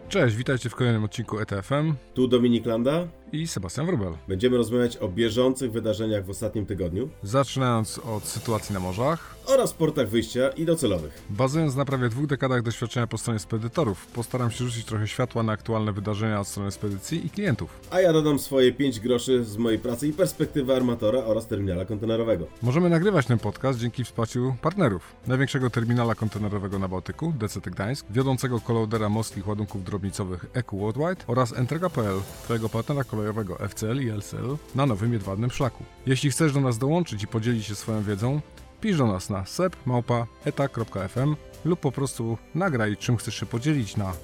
Cześć, witajcie w kolejnym odcinku ETFM. Tu Dominik Landa I Sebastian Wróbel. Będziemy rozmawiać o bieżących wydarzeniach w ostatnim tygodniu. Zaczynając od sytuacji na morzach. Oraz portach wyjścia i docelowych. Bazując na prawie 2 dekadach doświadczenia po stronie spedytorów, postaram się rzucić trochę światła na aktualne wydarzenia od strony spedycji i klientów. A ja dodam swoje 5 groszy z mojej pracy i perspektywy armatora oraz terminala kontenerowego. Możemy nagrywać ten podcast dzięki wsparciu partnerów. Największego terminala kontenerowego na Bałtyku, DCT Gdańsk, wiodącego kolodera morskich ładunków drobnicowych EQ Worldwide oraz Entrega.pl, twojego partnera kolejowego FCL i LCL na nowym jedwabnym szlaku. Jeśli chcesz do nas dołączyć i podzielić się swoją wiedzą, pisz do nas na sep@eta.fm lub po prostu nagraj, czym chcesz się podzielić na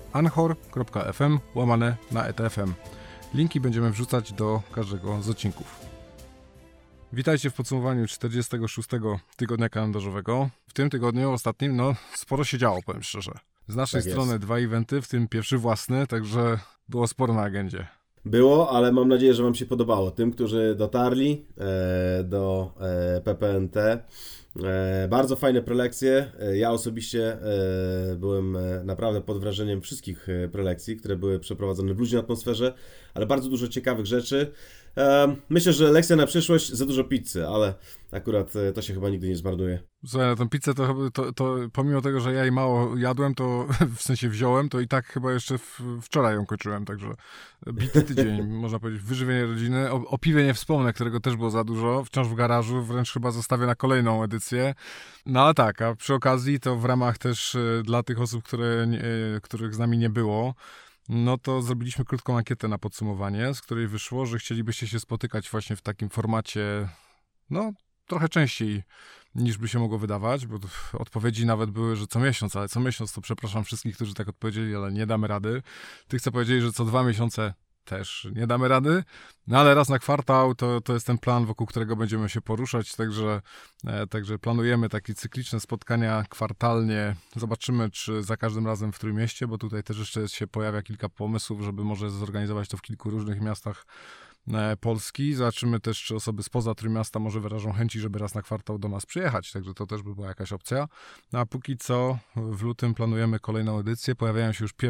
anchor.fm/etfm. Linki będziemy wrzucać do każdego z odcinków. Witajcie w podsumowaniu 46 tygodnia kalendarzowego. W tym tygodniu ostatnim, sporo się działo, powiem szczerze. Z naszej strony 2 eventy, w tym pierwszy własny, także było sporo na agendzie. Było, ale mam nadzieję, że Wam się podobało. Tym, którzy dotarli do PPNT. Bardzo fajne prelekcje. Ja osobiście byłem naprawdę pod wrażeniem wszystkich prelekcji, które były przeprowadzone w luźnej atmosferze, ale bardzo dużo ciekawych rzeczy. Myślę, że lekcja na przyszłość, za dużo pizzy, ale akurat to się chyba nigdy nie zmarnuje. Słuchaj, na tę pizzę to pomimo tego, że ja jej mało jadłem, to w sensie wziąłem, to i tak chyba jeszcze wczoraj ją kończyłem, także bity tydzień, można powiedzieć, wyżywienie rodziny. O piwie nie wspomnę, którego też było za dużo, wciąż w garażu, wręcz chyba zostawię na kolejną edycję. No ale tak, a przy okazji to w ramach też dla tych osób, których z nami nie było, no to zrobiliśmy krótką ankietę na podsumowanie, z której wyszło, że chcielibyście się spotykać właśnie w takim formacie, trochę częściej niż by się mogło wydawać, bo odpowiedzi nawet były, że co miesiąc, ale co miesiąc to przepraszam wszystkich, którzy tak odpowiedzieli, ale nie damy rady. Tych, co powiedzieli, że co 2 miesiące też nie damy rady, no ale raz na kwartał to jest ten plan, wokół którego będziemy się poruszać, także planujemy takie cykliczne spotkania kwartalnie. Zobaczymy, czy za każdym razem w Trójmieście, bo tutaj też jeszcze się pojawia kilka pomysłów, żeby może zorganizować to w kilku różnych miastach Polski. Zobaczymy też, czy osoby spoza Trójmiasta może wyrażą chęci, żeby raz na kwartał do nas przyjechać, także to też by była jakaś opcja. No a póki co w lutym planujemy kolejną edycję, pojawiają się już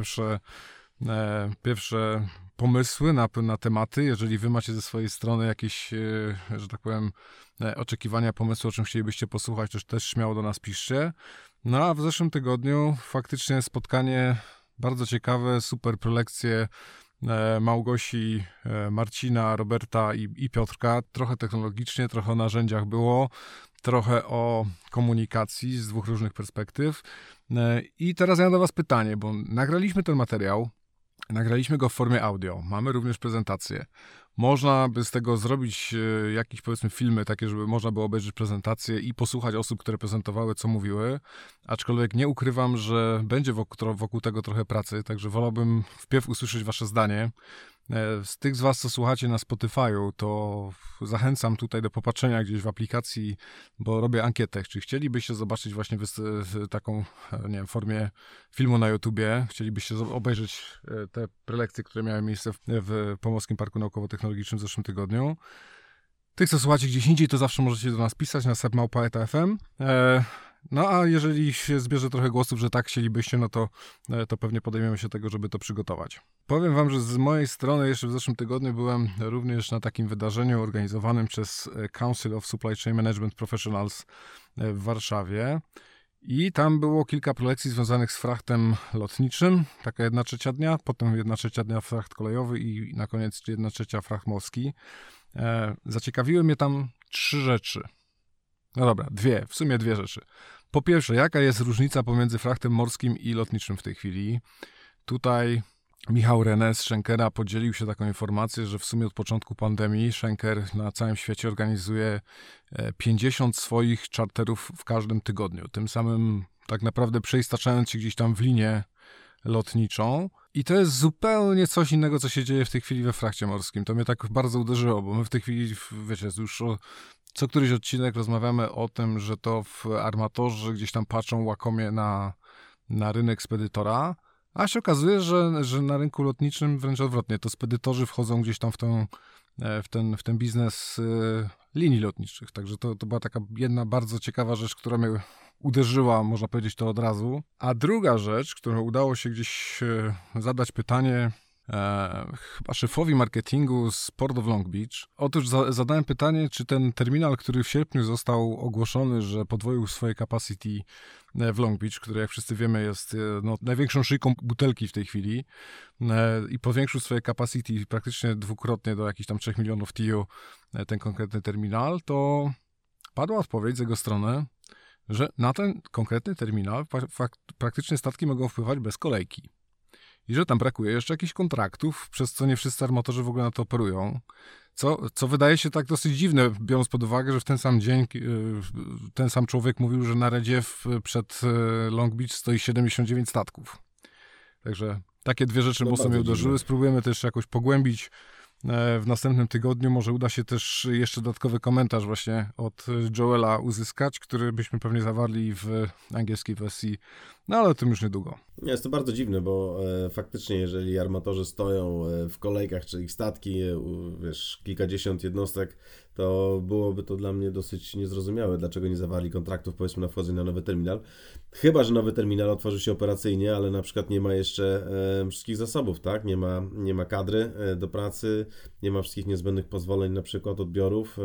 pierwsze pomysły na tematy. Jeżeli wy macie ze swojej strony jakieś, że tak powiem, oczekiwania, pomysły, o czym chcielibyście posłuchać, to też śmiało do nas piszcie. No a w zeszłym tygodniu faktycznie spotkanie bardzo ciekawe, super prelekcje Małgosi, Marcina, Roberta i Piotrka. Trochę technologicznie, trochę o narzędziach było, trochę o komunikacji z 2 różnych perspektyw. I teraz ja mam do was pytanie, bo nagraliśmy ten materiał, nagraliśmy go w formie audio, mamy również prezentację. Można by z tego zrobić jakieś, powiedzmy, filmy takie, żeby można było obejrzeć prezentację i posłuchać osób, które prezentowały, co mówiły, aczkolwiek nie ukrywam, że będzie wokół tego trochę pracy, także wolałbym wpierw usłyszeć wasze zdanie. Z tych z was, co słuchacie na Spotify'u, to zachęcam tutaj do popatrzenia gdzieś w aplikacji, bo robię ankietę. Czy chcielibyście zobaczyć właśnie taką, nie wiem, formie filmu na YouTubie? Chcielibyście obejrzeć te prelekcje, które miały miejsce w Pomorskim Parku Naukowo-Technologicznym w zeszłym tygodniu? Tych, co słuchacie gdzieś indziej, to zawsze możecie do nas pisać na sep@eta.fm. No a jeżeli się zbierze trochę głosów, że tak chcielibyście, no to pewnie podejmiemy się tego, żeby to przygotować. Powiem wam, że z mojej strony jeszcze w zeszłym tygodniu byłem również na takim wydarzeniu organizowanym przez Council of Supply Chain Management Professionals w Warszawie. I tam było kilka prelekcji związanych z frachtem lotniczym, taka 1/3 dnia, potem 1/3 dnia fracht kolejowy i na koniec 1/3 fracht morski. Zaciekawiły mnie tam 3 rzeczy. No dobra, w sumie 2 rzeczy. Po pierwsze, jaka jest różnica pomiędzy frachtem morskim i lotniczym w tej chwili? Tutaj Michał René z Schenkera podzielił się taką informacją, że w sumie od początku pandemii Schenker na całym świecie organizuje 50 swoich czarterów w każdym tygodniu. Tym samym tak naprawdę przeistaczając się gdzieś tam w linię lotniczą. I to jest zupełnie coś innego, co się dzieje w tej chwili we frachcie morskim. To mnie tak bardzo uderzyło, bo my w tej chwili, wiecie, już co któryś odcinek rozmawiamy o tym, że to w armatorzy gdzieś tam patrzą łakomie na rynek spedytora, a się okazuje, że na rynku lotniczym wręcz odwrotnie. To spedytorzy wchodzą gdzieś tam w ten biznes linii lotniczych. Także to była taka jedna bardzo ciekawa rzecz, która mnie uderzyła, można powiedzieć to od razu. A druga rzecz, którą udało się gdzieś zadać pytanie chyba szefowi marketingu z Port of Long Beach. Otóż zadałem pytanie, czy ten terminal, który w sierpniu został ogłoszony, że podwoił swoje capacity w Long Beach, który jak wszyscy wiemy jest największą szyjką butelki w tej chwili i powiększył swoje capacity praktycznie dwukrotnie do jakichś tam 3 milionów TEU ten konkretny terminal, to padła odpowiedź z jego strony, że na ten konkretny terminal praktycznie statki mogą wpływać bez kolejki. I że tam brakuje jeszcze jakichś kontraktów, przez co nie wszyscy armatorzy w ogóle na to operują. Co wydaje się tak dosyć dziwne, biorąc pod uwagę, że w ten sam dzień ten sam człowiek mówił, że na redzie przed Long Beach stoi 79 statków. Także takie dwie rzeczy mocno mnie uderzyły. Spróbujemy też jakoś pogłębić w następnym tygodniu. Może uda się też jeszcze dodatkowy komentarz właśnie od Joela uzyskać, który byśmy pewnie zawarli w angielskiej wersji, no ale o tym już niedługo. Jest to bardzo dziwne, bo faktycznie jeżeli armatorzy stoją w kolejkach, czy ich statki, wiesz, kilkadziesiąt jednostek, to byłoby to dla mnie dosyć niezrozumiałe, dlaczego nie zawarli kontraktów, powiedzmy, na wchodzenie na nowy terminal. Chyba że nowy terminal otworzy się operacyjnie, ale na przykład nie ma jeszcze wszystkich zasobów, tak? Nie ma kadry do pracy, nie ma wszystkich niezbędnych pozwoleń, na przykład odbiorów.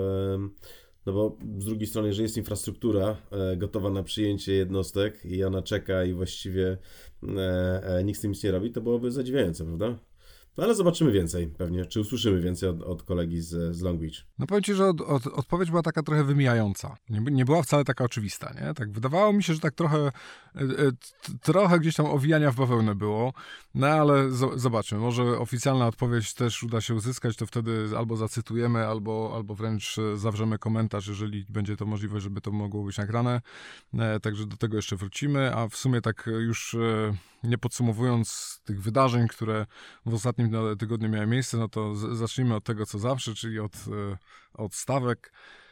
No bo z drugiej strony, jeżeli jest infrastruktura gotowa na przyjęcie jednostek i ona czeka i właściwie nikt z tym nic nie robi, to byłoby zadziwiające, prawda? No ale zobaczymy więcej pewnie, czy usłyszymy więcej od kolegi z Long Beach. No powiem Ci, że odpowiedź była taka trochę wymijająca. Nie była wcale taka oczywista, nie? Tak wydawało mi się, że tak trochę gdzieś tam owijania w bawełnę było, no ale zobaczmy, może oficjalna odpowiedź też uda się uzyskać, to wtedy albo zacytujemy, albo wręcz zawrzemy komentarz, jeżeli będzie to możliwe, żeby to mogło być nagrane. Także do tego jeszcze wrócimy, a w sumie tak już nie podsumowując tych wydarzeń, które w ostatnim tygodniu miały miejsce, no to zacznijmy od tego, co zawsze, czyli od stawek.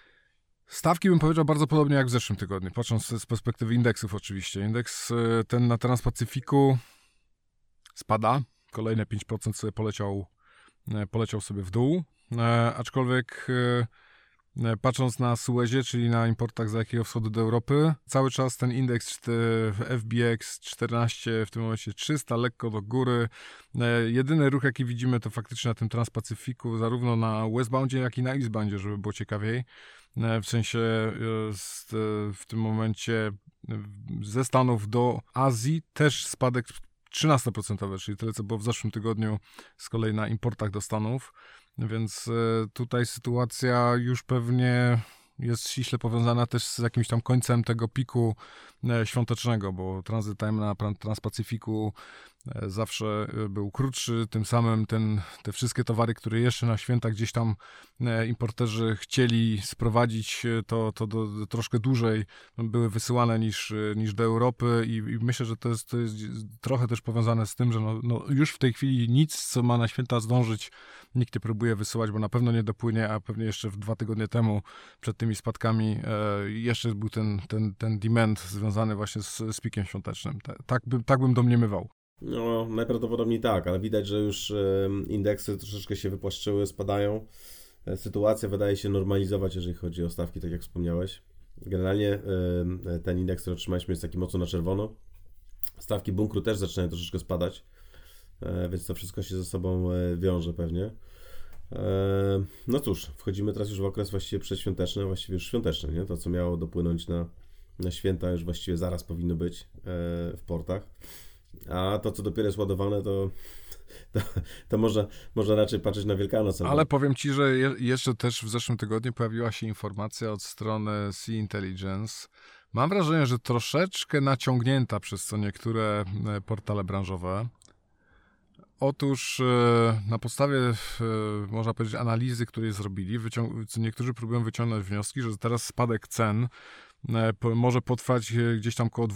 Stawki bym powiedział bardzo podobnie jak w zeszłym tygodniu, patrząc z perspektywy indeksów oczywiście. Indeks ten na Transpacyfiku spada, kolejne 5% sobie poleciał sobie w dół, aczkolwiek patrząc na Suezie, czyli na importach z Dalekiego Wschodu do Europy, cały czas ten indeks FBX 14, w tym momencie 300, lekko do góry. Jedyny ruch, jaki widzimy, to faktycznie na tym Transpacyfiku, zarówno na westboundzie, jak i na eastboundzie, żeby było ciekawiej. W sensie w tym momencie ze Stanów do Azji też spadek 13%, czyli tyle, co było w zeszłym tygodniu z kolei na importach do Stanów. Więc tutaj sytuacja już pewnie jest ściśle powiązana też z jakimś tam końcem tego piku świątecznego, bo transit time na Transpacyfiku zawsze był krótszy, tym samym te wszystkie towary, które jeszcze na święta gdzieś tam importerzy chcieli sprowadzić, to troszkę dłużej były wysyłane niż do Europy i myślę, że to jest trochę też powiązane z tym, że już w tej chwili nic, co ma na święta zdążyć, nikt nie próbuje wysyłać, bo na pewno nie dopłynie, a pewnie jeszcze 2 tygodnie temu przed tymi spadkami jeszcze był ten demand związany właśnie z pikiem świątecznym. Tak bym domniemywał. No, najprawdopodobniej tak, ale widać, że już indeksy troszeczkę się wypłaszczyły, spadają. Sytuacja wydaje się normalizować, jeżeli chodzi o stawki, tak jak wspomniałeś. Generalnie ten indeks, który otrzymaliśmy, jest taki mocno na czerwono. Stawki bunkru też zaczynają troszeczkę spadać, więc to wszystko się ze sobą wiąże pewnie. No cóż, wchodzimy teraz już w okres właściwie przedświąteczny, a właściwie już świąteczny, nie? To, co miało dopłynąć na święta, już właściwie zaraz powinno być w portach. A to, co dopiero jest ładowane, to można raczej patrzeć na Wielkanoc. Ale powiem Ci, że jeszcze też w zeszłym tygodniu pojawiła się informacja od strony Sea Intelligence. Mam wrażenie, że troszeczkę naciągnięta przez co niektóre portale branżowe. Otóż na podstawie, można powiedzieć, analizy, której zrobili, niektórzy próbują wyciągnąć wnioski, że teraz spadek cen może potrwać gdzieś tam około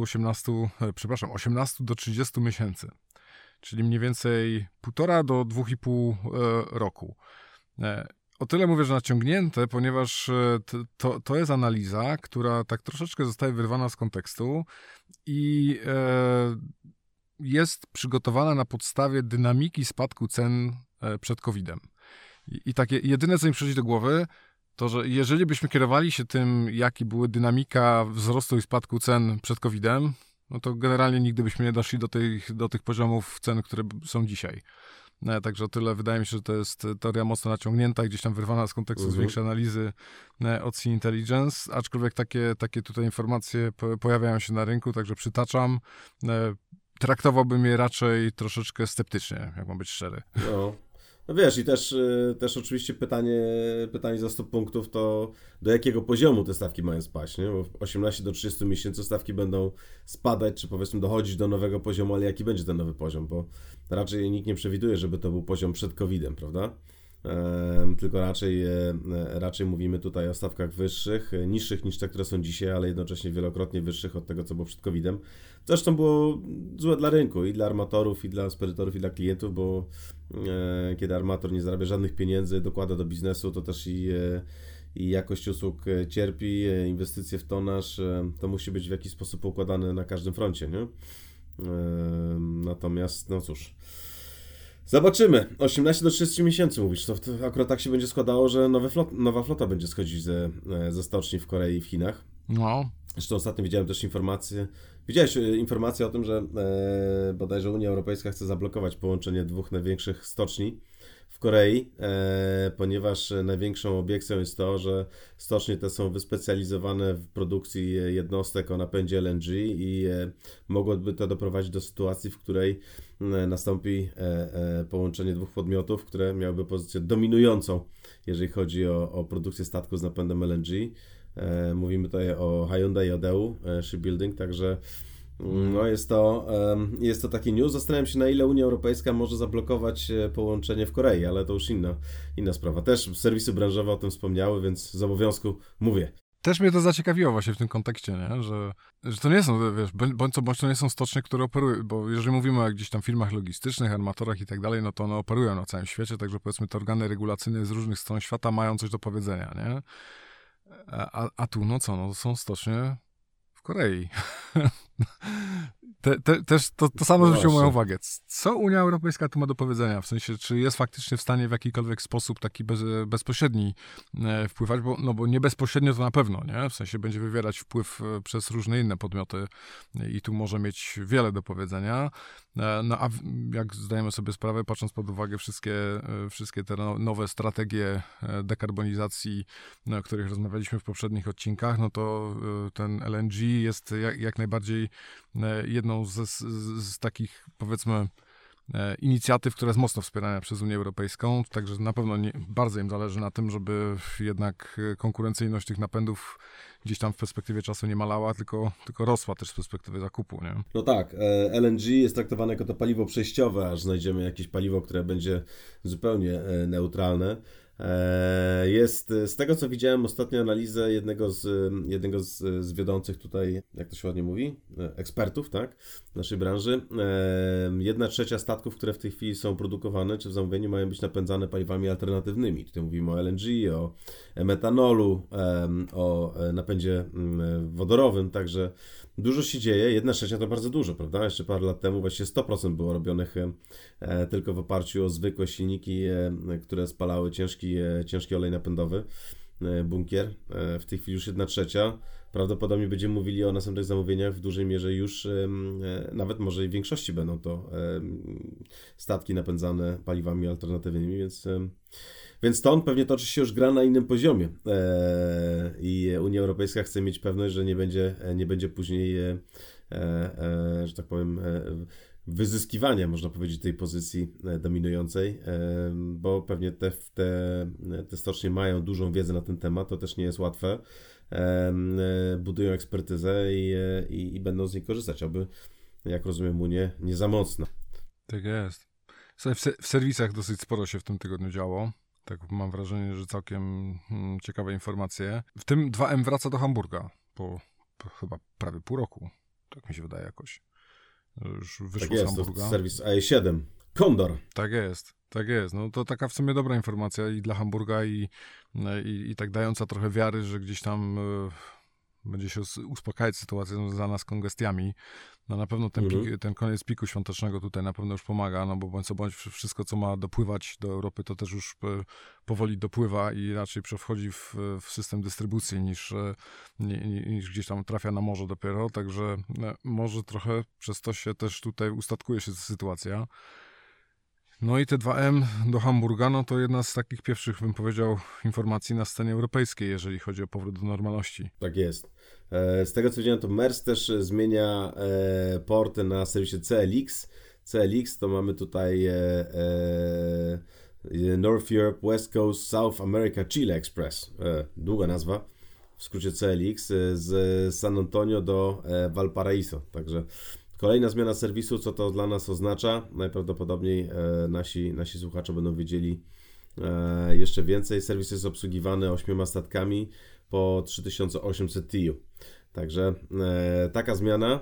18 do 30 miesięcy, czyli mniej więcej 1,5 do 2,5 roku. O tyle mówię, że naciągnięte, ponieważ to jest analiza, która tak troszeczkę zostaje wyrwana z kontekstu i jest przygotowana na podstawie dynamiki spadku cen przed COVID-em. I takie jedyne, co mi przychodzi do głowy, to, że jeżeli byśmy kierowali się tym, jaki była dynamika wzrostu i spadku cen przed COVID-em, no to generalnie nigdy byśmy nie doszli do tych poziomów cen, które są dzisiaj. Także o tyle wydaje mi się, że to jest teoria mocno naciągnięta, gdzieś tam wyrwana z kontekstu z większej analizy od Sea Intelligence, aczkolwiek takie tutaj informacje pojawiają się na rynku, także przytaczam. Traktowałbym je raczej troszeczkę sceptycznie, jak mam być szczery. No wiesz, i też oczywiście pytanie za 100 punktów to do jakiego poziomu te stawki mają spaść, nie? Bo 18 do 30 miesięcy stawki będą spadać, czy powiedzmy dochodzić do nowego poziomu, ale jaki będzie ten nowy poziom, bo raczej nikt nie przewiduje, żeby to był poziom przed COVID-em, prawda? Tylko raczej mówimy tutaj o stawkach wyższych, niższych niż te, które są dzisiaj, ale jednocześnie wielokrotnie wyższych od tego, co było przed COVID-em. Zresztą było złe dla rynku, i dla armatorów, i dla spedytorów, i dla klientów, bo kiedy armator nie zarabia żadnych pieniędzy, dokłada do biznesu, to też i jakość usług cierpi, inwestycje w tonaż, to musi być w jakiś sposób układane na każdym froncie, nie? Natomiast, no cóż, zobaczymy. 18 do 30 miesięcy mówisz, to akurat tak się będzie składało, że nowa flota będzie schodzić ze stoczni w Korei i w Chinach. No. Zresztą ostatnio widziałem też widziałeś informację o tym, że bodajże Unia Europejska chce zablokować połączenie dwóch największych stoczni w Korei, ponieważ największą obiekcją jest to, że stocznie te są wyspecjalizowane w produkcji jednostek o napędzie LNG i mogłoby to doprowadzić do sytuacji, w której nastąpi połączenie dwóch podmiotów, które miałyby pozycję dominującą, jeżeli chodzi o produkcję statków z napędem LNG. Mówimy tutaj o Hyundai i Odeu Shipbuilding, także no jest to taki news. Zastanawiam się, na ile Unia Europejska może zablokować połączenie w Korei, ale to już inna sprawa. Też serwisy branżowe o tym wspomniały, więc z obowiązku mówię. Też mnie to zaciekawiło właśnie w tym kontekście, nie? Że to nie są, wiesz, bądź to nie są stocznie, które operują, bo jeżeli mówimy o jakichś tam firmach logistycznych, armatorach i tak dalej, no to one operują na całym świecie, także powiedzmy te organy regulacyjne z różnych stron świata mają coś do powiedzenia, nie? A tu, no co, no są stocznie w Korei. Też to samo zwróciło moją uwagę. Co Unia Europejska tu ma do powiedzenia? W sensie, czy jest faktycznie w stanie w jakikolwiek sposób taki bezpośredni wpływać? Bo nie bezpośrednio to na pewno, nie? W sensie będzie wywierać wpływ przez różne inne podmioty i tu może mieć wiele do powiedzenia. No a jak zdajemy sobie sprawę, patrząc pod uwagę wszystkie te nowe strategie dekarbonizacji, o których rozmawialiśmy w poprzednich odcinkach, no to ten LNG jest jak najbardziej jedną z takich, powiedzmy, inicjatyw, która jest mocno wspierana przez Unię Europejską, także na pewno bardzo im zależy na tym, żeby jednak konkurencyjność tych napędów gdzieś tam w perspektywie czasu nie malała, tylko rosła też z perspektywy zakupu, nie? No tak, LNG jest traktowane jako to paliwo przejściowe, aż znajdziemy jakieś paliwo, które będzie zupełnie neutralne. Jest, z tego co widziałem ostatnio analizę jednego z wiodących tutaj, jak to się ładnie mówi, ekspertów, tak, naszej branży, 1/3 statków, które w tej chwili są produkowane, czy w zamówieniu mają być napędzane paliwami alternatywnymi. Tutaj mówimy o LNG, o metanolu, o napędzie wodorowym, także dużo się dzieje, 1/3 to bardzo dużo, prawda? Jeszcze parę lat temu właściwie 100% było robionych tylko w oparciu o zwykłe silniki, które spalały ciężki olej napędowy, bunkier. W tej chwili już 1/3. Prawdopodobnie będziemy mówili o następnych zamówieniach w dużej mierze już, nawet może i w większości będą to statki napędzane paliwami alternatywnymi, więc to on pewnie toczy się już gra na innym poziomie i Unia Europejska chce mieć pewność, że nie będzie później, że tak powiem, wyzyskiwania, można powiedzieć, tej pozycji dominującej, bo pewnie te stocznie mają dużą wiedzę na ten temat, to też nie jest łatwe, budują ekspertyzę i będą z niej korzystać, aby, jak rozumiem, Unię nie za mocno. Tak jest. W serwisach dosyć sporo się w tym tygodniu działo. Tak mam wrażenie, że całkiem ciekawe informacje. W tym 2M wraca do Hamburga po chyba prawie pół roku. Tak mi się wydaje jakoś. Już wyszło z Hamburga. To serwis AE7. Condor. Tak jest. No to taka w sumie dobra informacja i dla Hamburga i tak dająca trochę wiary, że gdzieś tam będzie się uspokajać sytuacja związana z kongestiami. No na pewno ten koniec piku świątecznego tutaj na pewno już pomaga, no bo bądź co bądź wszystko, co ma dopływać do Europy, to też już powoli dopływa i raczej przechodzi w system dystrybucji niż gdzieś tam trafia na morze dopiero, także może trochę przez to się też tutaj ustatkuje się sytuacja. No i te 2M do Hamburga, no to jedna z takich pierwszych, bym powiedział, informacji na scenie europejskiej, jeżeli chodzi o powrót do normalności. Tak jest. Z tego co widziałem, to Maersk też zmienia porty na serwisie CLX. CLX to mamy tutaj North Europe, West Coast, South America, Chile Express. Długa nazwa, w skrócie CLX, z San Antonio do Valparaiso. Także kolejna zmiana serwisu, co to dla nas oznacza? Najprawdopodobniej nasi słuchacze będą wiedzieli jeszcze więcej. Serwis jest obsługiwany 8 statkami po 3800 TEU. Także taka zmiana.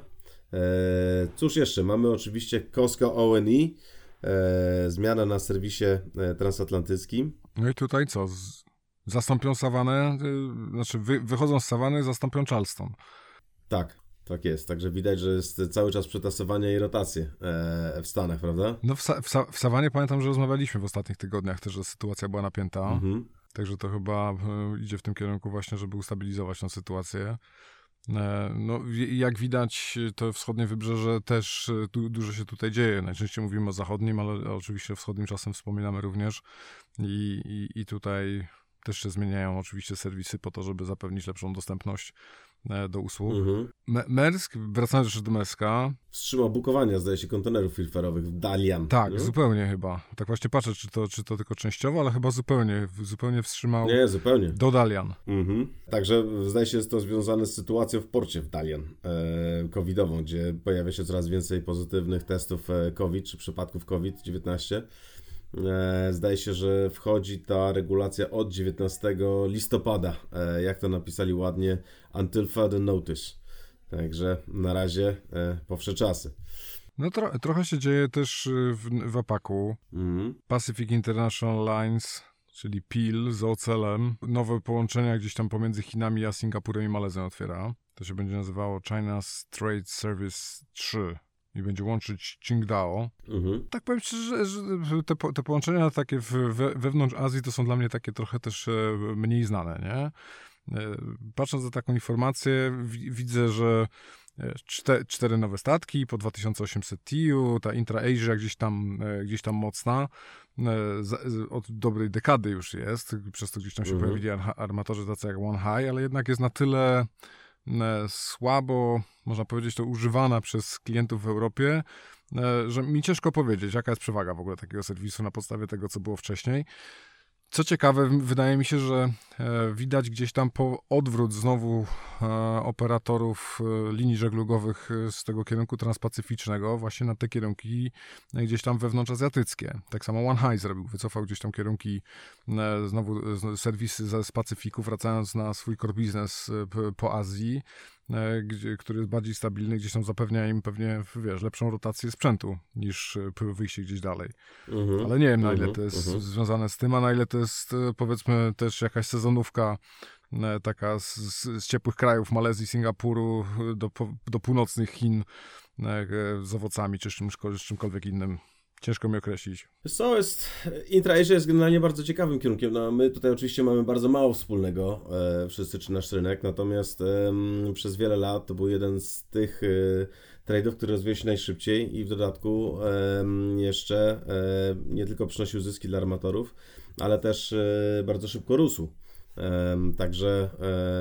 Cóż jeszcze? Mamy oczywiście COSCO ONE, zmiana na serwisie transatlantyckim. No i tutaj co? Zastąpią Savanę, znaczy wychodzą z Savany, zastąpią Charleston. Tak jest, także widać, że jest cały czas przetasowania i rotacje w Stanach, prawda? No w Sawanie pamiętam, że rozmawialiśmy w ostatnich tygodniach też, że sytuacja była napięta, także to chyba idzie w tym kierunku właśnie, żeby ustabilizować tę sytuację. No, jak widać, to wschodnie wybrzeże też dużo się tutaj dzieje. Najczęściej mówimy o zachodnim, ale oczywiście wschodnim czasem wspominamy również i tutaj też się zmieniają oczywiście serwisy po to, żeby zapewnić lepszą dostępność do usług. Maersk, wracając jeszcze do Maerska. Wstrzymał bukowania, zdaje się, kontenerów filtrerowych w Dalian. Tak, nie? Zupełnie chyba. Tak właśnie patrzę, czy to tylko częściowo, ale chyba zupełnie wstrzymał. Nie, zupełnie. Do Dalian. Także zdaje się, jest to związane z sytuacją w porcie w Dalian covidową, gdzie pojawia się coraz więcej pozytywnych testów COVID, czy przypadków COVID-19. Zdaje się, że wchodzi ta regulacja od 19 listopada, jak to napisali ładnie, until further notice. Także na razie powsze czasy. No trochę się dzieje też w APAC-u. Pacific International Lines, czyli PIL z Ocelem. Nowe połączenia gdzieś tam pomiędzy Chinami a Singapurem i Malezją otwiera. To się będzie nazywało China's Trade Service 3. I będzie łączyć Qingdao. Tak powiem szczerze, że te połączenia takie wewnątrz Azji to są dla mnie takie trochę też mniej znane, nie? Patrząc na taką informację, widzę, że 4 nowe statki po 2800 TEU, ta Intra-Asia gdzieś tam mocna, od dobrej dekady już jest, przez to gdzieś tam się pojawili armatorzy tacy jak One High, ale jednak jest na tyle słabo, można powiedzieć, to używana przez klientów w Europie, że mi ciężko powiedzieć, jaka jest przewaga w ogóle takiego serwisu na podstawie tego, co było wcześniej. Co ciekawe, wydaje mi się, że widać gdzieś tam odwrót znowu operatorów linii żeglugowych z tego kierunku transpacyficznego właśnie na te kierunki gdzieś tam wewnątrzazjatyckie. Tak samo One High zrobił, wycofał gdzieś tam kierunki, znowu serwisy z Pacyfiku, wracając na swój core business po Azji, który jest bardziej stabilny, gdzieś tam zapewnia im pewnie, wiesz, lepszą rotację sprzętu niż wyjście gdzieś dalej. Ale nie wiem, na ile to jest związane z tym, a na ile to jest, powiedzmy, też jakaś sezonówka taka z ciepłych krajów, Malezji, Singapuru do północnych Chin z owocami czy z czymkolwiek innym. Ciężko mi określić. Co jest, Intra-Asia jest generalnie bardzo ciekawym kierunkiem. No, my tutaj oczywiście mamy bardzo mało wspólnego, wszyscy czy nasz rynek, natomiast przez wiele lat to był jeden z tych trade'ów, który rozwijał się najszybciej i w dodatku jeszcze nie tylko przynosił zyski dla armatorów, ale też bardzo szybko rósł. Także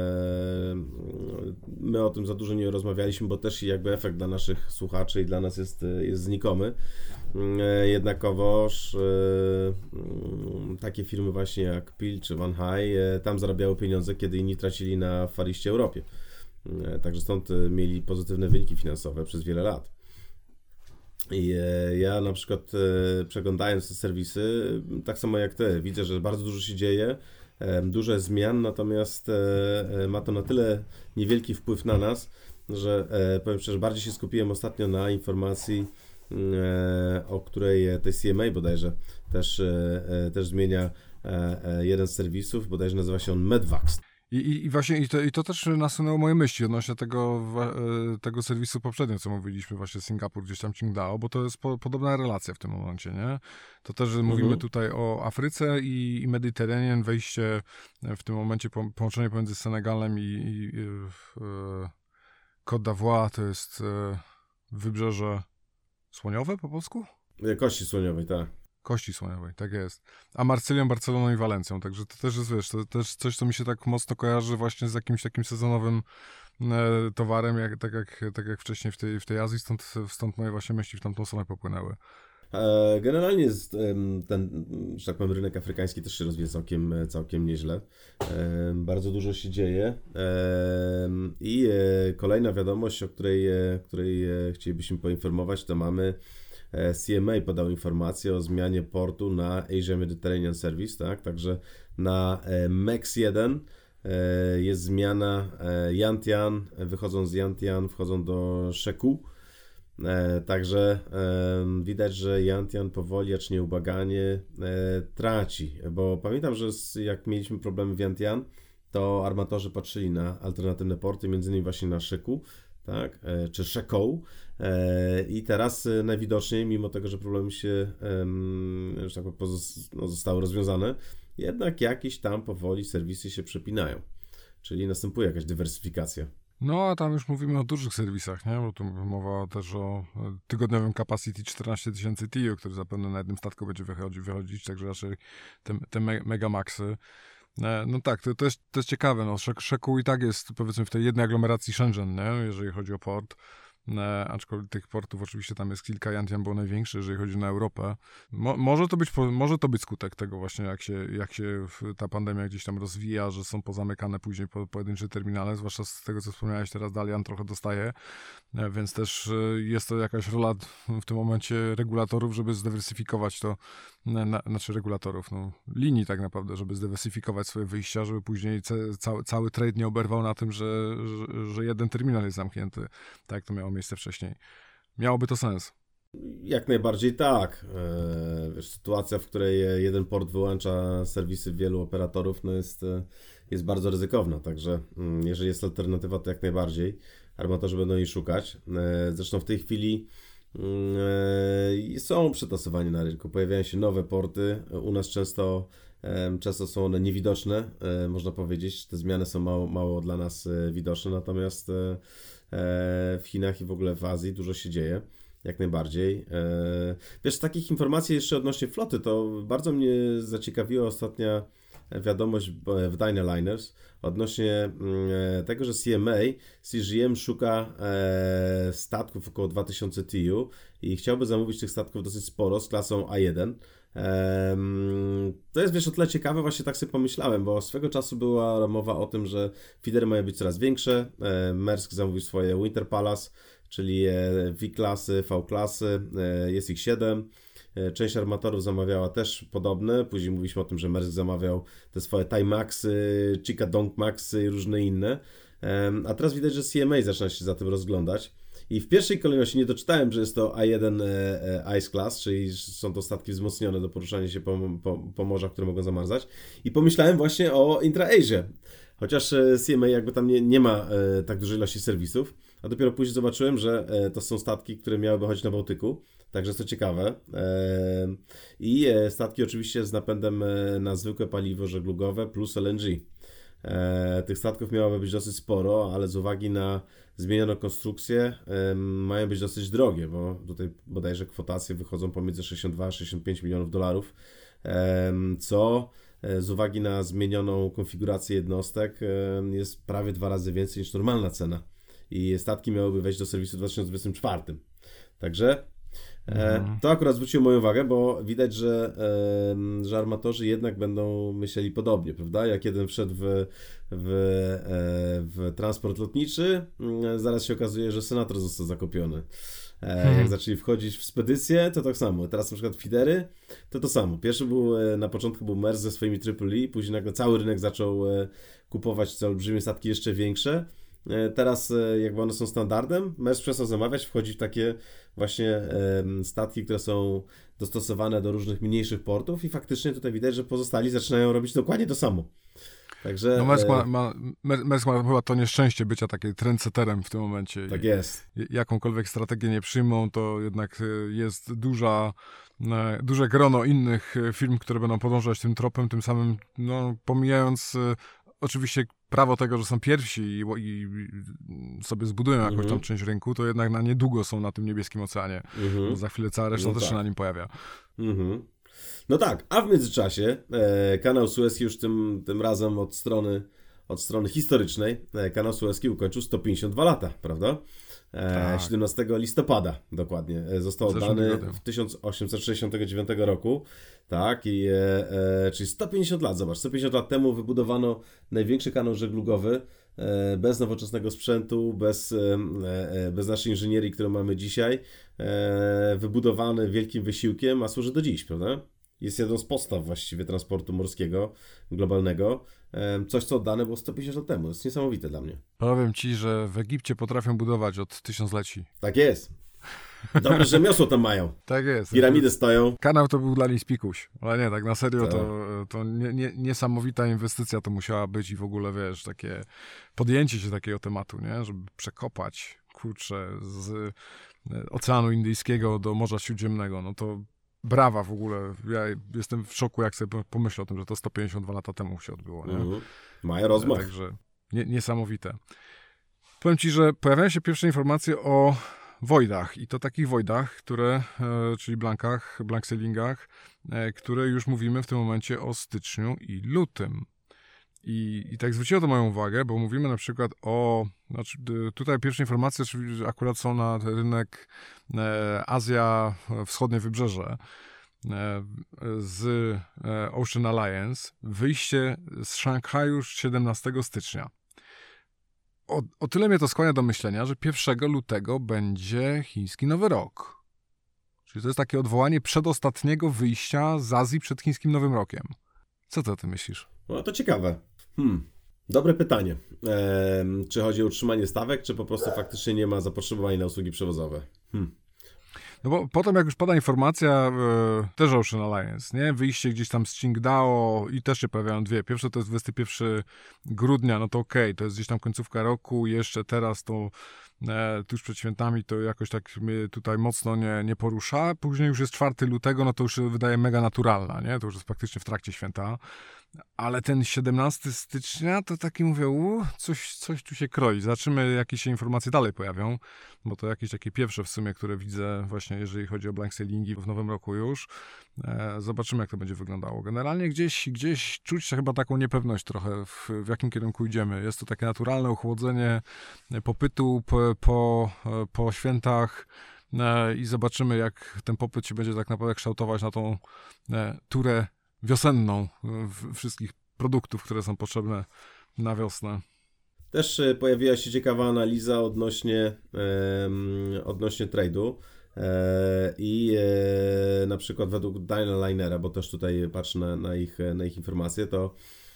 my o tym za dużo nie rozmawialiśmy, bo też jakby efekt dla naszych słuchaczy i dla nas jest znikomy. Jednakowoż takie firmy właśnie jak PIL czy One High tam zarabiały pieniądze, kiedy inni tracili na Far Eastie Europie. Także stąd mieli pozytywne wyniki finansowe przez wiele lat. I ja na przykład przeglądając te serwisy, tak samo jak ty, widzę, że bardzo dużo się dzieje, dużo jest zmian, natomiast ma to na tyle niewielki wpływ na nas, że powiem szczerze, bardziej się skupiłem ostatnio na informacji, o której tej CMA bodajże też zmienia jeden z serwisów, bodajże nazywa się on Medvax. I właśnie i to też nasunęło moje myśli odnośnie tego serwisu poprzednio, co mówiliśmy, właśnie Singapur, gdzieś tam Qingdao, bo to jest podobna relacja w tym momencie, nie? To też że mówimy tutaj o Afryce i Mediterranean, wejście w tym momencie, połączenie pomiędzy Senegalem i Côte d'Ivoire, to jest wybrzeże słoniowe po polsku? Kości słoniowej, tak. Kości słoniowej, tak jest. A Marsylią, Barceloną i Walencją, także to też jest, wiesz, to też coś, co mi się tak mocno kojarzy właśnie z jakimś takim sezonowym towarem, tak jak wcześniej w tej Azji, stąd moje właśnie myśli w tamtą stronę popłynęły. Generalnie ten, że tak powiem, rynek afrykański też się rozwija całkiem nieźle. Bardzo dużo się dzieje. I kolejna wiadomość, o której chcielibyśmy poinformować, to mamy CMA podał informację o zmianie portu na Asia Mediterranean Service, tak? Także na MEX 1 jest zmiana Yantian, wychodzą z Yantian, wchodzą do Shekou. Także widać, że Yantian powoli, acz nieubłaganie traci, bo pamiętam, że jak mieliśmy problemy w Yantian, to armatorzy patrzyli na alternatywne porty, między innymi właśnie na Shekou, tak, czy Shekou, i teraz najwidoczniej, mimo tego, że problemy się, że tak powiem, zostały rozwiązane, jednak jakieś tam powoli serwisy się przepinają, czyli następuje jakaś dywersyfikacja. No, a tam już mówimy o dużych serwisach, nie? Bo tu mowa też o tygodniowym capacity 14 000 TEU, który zapewne na jednym statku będzie wychodzić, także raczej te megamaxy. No tak, to jest ciekawe, no Shekou i tak jest, powiedzmy, w tej jednej aglomeracji Shenzhen, nie? Jeżeli chodzi o port. Aczkolwiek tych portów oczywiście tam jest kilka, Yantian był największy, jeżeli chodzi na Europę. Może to być skutek tego właśnie, jak się ta pandemia gdzieś tam rozwija, że są pozamykane później pojedyncze terminale, zwłaszcza z tego, co wspomniałeś teraz, Dalian trochę dostaje, więc też jest to jakaś rola w tym momencie regulatorów, żeby zdywersyfikować to, znaczy regulatorów, no, linii tak naprawdę, żeby zdywersyfikować swoje wyjścia, żeby później cały trade nie oberwał na tym, że jeden terminal jest zamknięty, tak jak to miało miejsce wcześniej. Miałoby to sens. Jak najbardziej tak. Wiesz, sytuacja, w której jeden port wyłącza serwisy wielu operatorów, no jest bardzo ryzykowna, także jeżeli jest alternatywa, to jak najbardziej. Armatorzy będą jej szukać. Zresztą w tej chwili są przetasowani na rynku, pojawiają się nowe porty. U nas często są one niewidoczne, można powiedzieć. Te zmiany są mało dla nas widoczne, natomiast w Chinach i w ogóle w Azji dużo się dzieje, jak najbardziej. Wiesz, z takich informacji jeszcze odnośnie floty, to bardzo mnie zaciekawiła ostatnia wiadomość w Dynaliners odnośnie tego, że CGM szuka statków około 2000 TEU i chciałby zamówić tych statków dosyć sporo z klasą A1. To jest, wiesz, o tyle ciekawe, właśnie tak sobie pomyślałem, bo swego czasu była mowa o tym, że feedery mają być coraz większe. Maersk zamówił swoje Winter Palace, czyli V-klasy, V-klasy, jest ich 7. Część armatorów zamawiała też podobne. Później mówiliśmy o tym, że Maersk zamawiał te swoje Timaxy, Chica Dong Maxy i różne inne. A teraz widać, że CMA zaczyna się za tym rozglądać. I w pierwszej kolejności nie doczytałem, że jest to A1 Ice Class, czyli są to statki wzmocnione do poruszania się po morzach, które mogą zamarzać. I pomyślałem właśnie o Intra-Asia. Chociaż CMA jakby tam nie ma tak dużej ilości serwisów. A dopiero później zobaczyłem, że to są statki, które miałyby chodzić na Bałtyku. Także jest to ciekawe. I statki oczywiście z napędem na zwykłe paliwo żeglugowe plus LNG. Tych statków miałoby być dosyć sporo, ale z uwagi na zmienioną konstrukcję mają być dosyć drogie, bo tutaj bodajże kwotacje wychodzą pomiędzy 62 a 65 milionów dolarów, co z uwagi na zmienioną konfigurację jednostek jest prawie 2 razy więcej niż normalna cena. I statki miałyby wejść do serwisu w 2024. Także to akurat zwróciło moją uwagę, bo widać, że armatorzy jednak będą myśleli podobnie, prawda? Jak jeden wszedł w transport lotniczy, zaraz się okazuje, że senator został zakupiony. Jak zaczęli wchodzić w spedycję, to tak samo. Teraz na przykład feedery, to samo. Pierwszy na początku był Maersk ze swoimi AAA, później nagle cały rynek zaczął kupować te olbrzymie statki jeszcze większe. Teraz jakby one są standardem, Maersk przestał zamawiać, wchodzi w takie właśnie statki, które są dostosowane do różnych mniejszych portów i faktycznie tutaj widać, że pozostali zaczynają robić dokładnie to samo. Także, No Merck ma chyba to nieszczęście bycia takim trendsetterem w tym momencie. Tak jest. Jakąkolwiek strategię nie przyjmą, to jednak jest duże grono innych firm, które będą podążać tym tropem, tym samym pomijając oczywiście prawo tego, że są pierwsi i sobie zbudują jakąś tam część rynku, to jednak na niedługo są na tym niebieskim oceanie. Bo za chwilę cała reszta też się na nim pojawia. No tak, a w międzyczasie kanał Suezki już tym razem od strony historycznej, kanał Suezki ukończył 152 lata, prawda? Tak. 17 listopada dokładnie. Został oddany w 1869 roku. Tak, czyli 150 lat, zobacz, 150 lat temu wybudowano największy kanał żeglugowy bez nowoczesnego sprzętu, bez naszej inżynierii, którą mamy dzisiaj, wybudowany wielkim wysiłkiem, a służy do dziś, prawda? Jest jedną z podstaw właściwie transportu morskiego globalnego. Coś, co oddane było 150 lat temu. To jest niesamowite dla mnie. Powiem ci, że w Egipcie potrafią budować od tysiącleci. Tak jest. Dobre rzemiosło tam mają. Tak jest. Piramidy stoją. Kanał to był dla nich spikuś. Ale nie, tak na serio to niesamowita inwestycja to musiała być i w ogóle, wiesz, takie podjęcie się takiego tematu, nie? Żeby przekopać, z Oceanu Indyjskiego do Morza Śródziemnego. No to brawa w ogóle. Ja jestem w szoku, jak sobie pomyślę o tym, że to 152 lata temu się odbyło. Nie? Mają rozmach. Także niesamowite. Powiem ci, że pojawiają się pierwsze informacje o voidach i to takich voidach, czyli blank sailingach, które już mówimy w tym momencie o styczniu i lutym. I tak zwróciło to moją uwagę, bo mówimy na przykład tutaj pierwsze informacje akurat są na rynek Azja, wschodnie wybrzeże, z Ocean Alliance, wyjście z Szanghaju 17 stycznia. O tyle mnie to skłania do myślenia, że 1 lutego będzie chiński Nowy Rok. Czyli to jest takie odwołanie przedostatniego wyjścia z Azji przed chińskim Nowym Rokiem. Co ty o tym myślisz? No to ciekawe. Dobre pytanie. Czy chodzi o utrzymanie stawek, czy po prostu faktycznie nie ma zapotrzebowania na usługi przewozowe? No bo potem jak już pada informacja też Ocean Alliance, nie? Wyjście gdzieś tam z Qingdao i też się pojawiają dwie. Pierwsze to jest 21 grudnia, no to okej, to jest gdzieś tam końcówka roku, jeszcze teraz to tuż przed świętami to jakoś tak mnie tutaj mocno nie porusza. Później już jest 4 lutego, no to już się wydaje mega naturalna, nie? To już jest praktycznie w trakcie święta. Ale ten 17 stycznia to taki mówię, coś tu się kroi. Zobaczymy, jakie się informacje dalej pojawią, bo to jakieś takie pierwsze w sumie, które widzę właśnie, jeżeli chodzi o blank sailingi w nowym roku już. Zobaczymy, jak to będzie wyglądało. Generalnie gdzieś czuć chyba taką niepewność trochę, w jakim kierunku idziemy. Jest to takie naturalne ochłodzenie popytu po świętach i zobaczymy, jak ten popyt się będzie tak naprawdę kształtować na tą turę wiosenną wszystkich produktów, które są potrzebne na wiosnę. Też pojawiła się ciekawa analiza odnośnie trade'u i na przykład według Dynalinera, bo też tutaj patrzę na ich informacje, to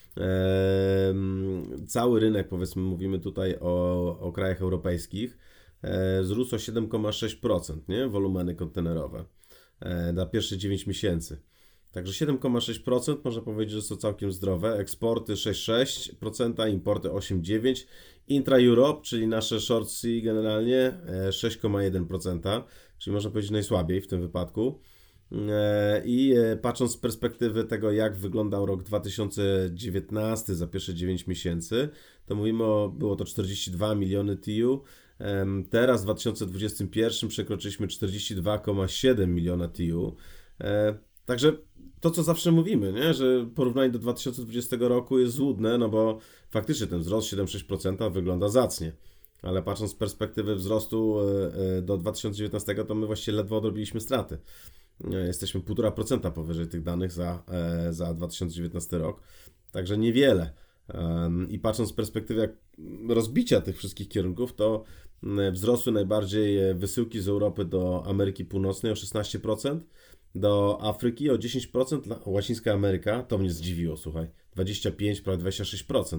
cały rynek, powiedzmy, mówimy tutaj o krajach europejskich, wzrósł o 7,6%, nie? Wolumeny kontenerowe na pierwsze 9 miesięcy. Także 7,6% można powiedzieć, że są całkiem zdrowe. Eksporty 6,6%, importy 8,9%. Intra-Europe, czyli nasze short sea generalnie 6,1%, czyli można powiedzieć najsłabiej w tym wypadku. I patrząc z perspektywy tego, jak wyglądał rok 2019 za pierwsze 9 miesięcy, to mówimy było to 42 miliony TEU. Teraz w 2021 przekroczyliśmy 42,7 miliona TEU. Także to, co zawsze mówimy, nie? Że porównanie do 2020 roku jest złudne, no bo faktycznie ten wzrost 7,6% wygląda zacnie. Ale patrząc z perspektywy wzrostu do 2019, to my właściwie ledwo odrobiliśmy straty. Jesteśmy 1,5% powyżej tych danych za 2019 rok. Także niewiele. I patrząc z perspektywy rozbicia tych wszystkich kierunków, to wzrosły najbardziej wysyłki z Europy do Ameryki Północnej o 16%, do Afryki o 10%, Łacińska Ameryka, to mnie zdziwiło, słuchaj, 25, prawie 26%.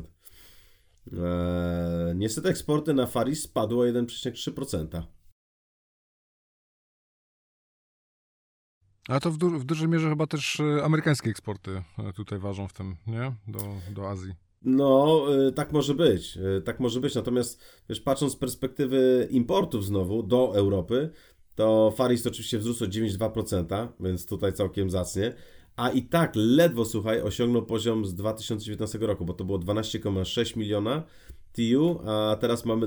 Niestety eksporty na Far East spadły o 1,3%. Ale to w dużej mierze chyba też amerykańskie eksporty tutaj ważą w tym, nie? Do Azji. No, tak może być, tak może być. Natomiast, wiesz, patrząc z perspektywy importów znowu do Europy, to Far East oczywiście wzrósł o 9,2%, więc tutaj całkiem zacnie. A i tak ledwo, słuchaj, osiągnął poziom z 2019 roku, bo to było 12,6 miliona TU, a teraz mamy